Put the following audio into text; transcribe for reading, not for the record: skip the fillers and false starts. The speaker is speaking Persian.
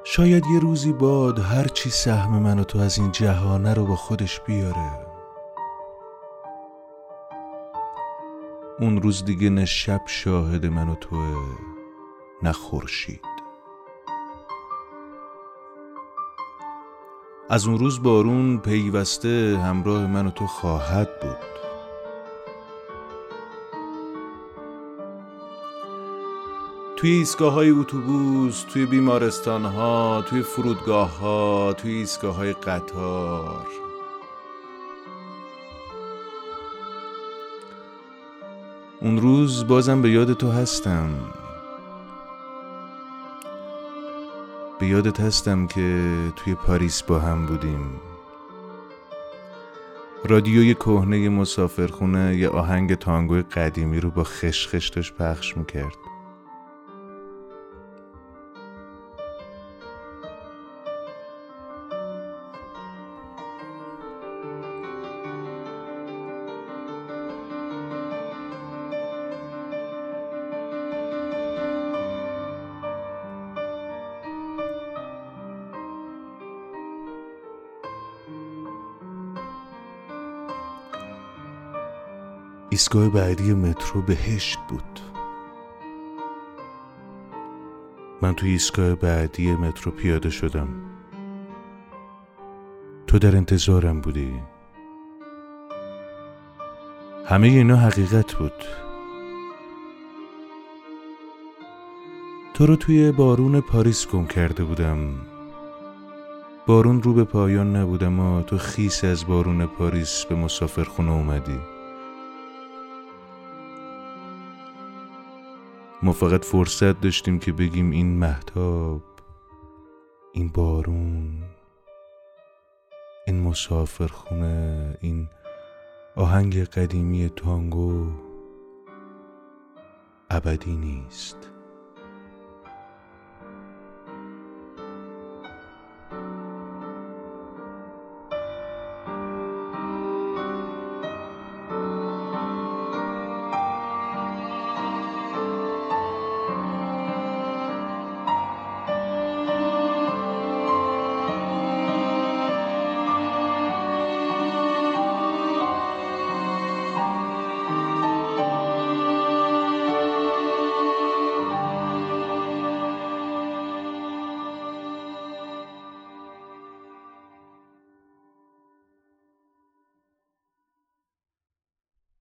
شاید یه روزی باد هر چی سهم من و تو از این جهانه رو با خودش بیاره. اون روز دیگه نه شب شاهد من و توه نه خورشید. از اون روز بارون پیوسته همراه من و تو خواهد بود. توی ایستگاه‌های اتوبوس، توی بیمارستان‌ها، توی فرودگاه‌ها، توی ایستگاه‌های قطار. اون روز بازم به یاد تو هستم. به یادت هستم که توی پاریس با هم بودیم. رادیوی کهنه مسافرخونه یه آهنگ تانگوی قدیمی رو با خشخش داشت پخش میکرد. ایستگاه بعدی مترو بهشت بود. من توی ایستگاه بعدی مترو پیاده شدم. تو در انتظارم بودی. همه اینا حقیقت بود. تو رو توی بارون پاریس گم کرده بودم. بارون رو به پایان نبود، اما تو خیس از بارون پاریس به مسافرخونه اومدی. ما فقط فرصت داشتیم که بگیم این مهتاب، این بارون، این مسافرخونه، این آهنگ قدیمی تانگو ابدی نیست.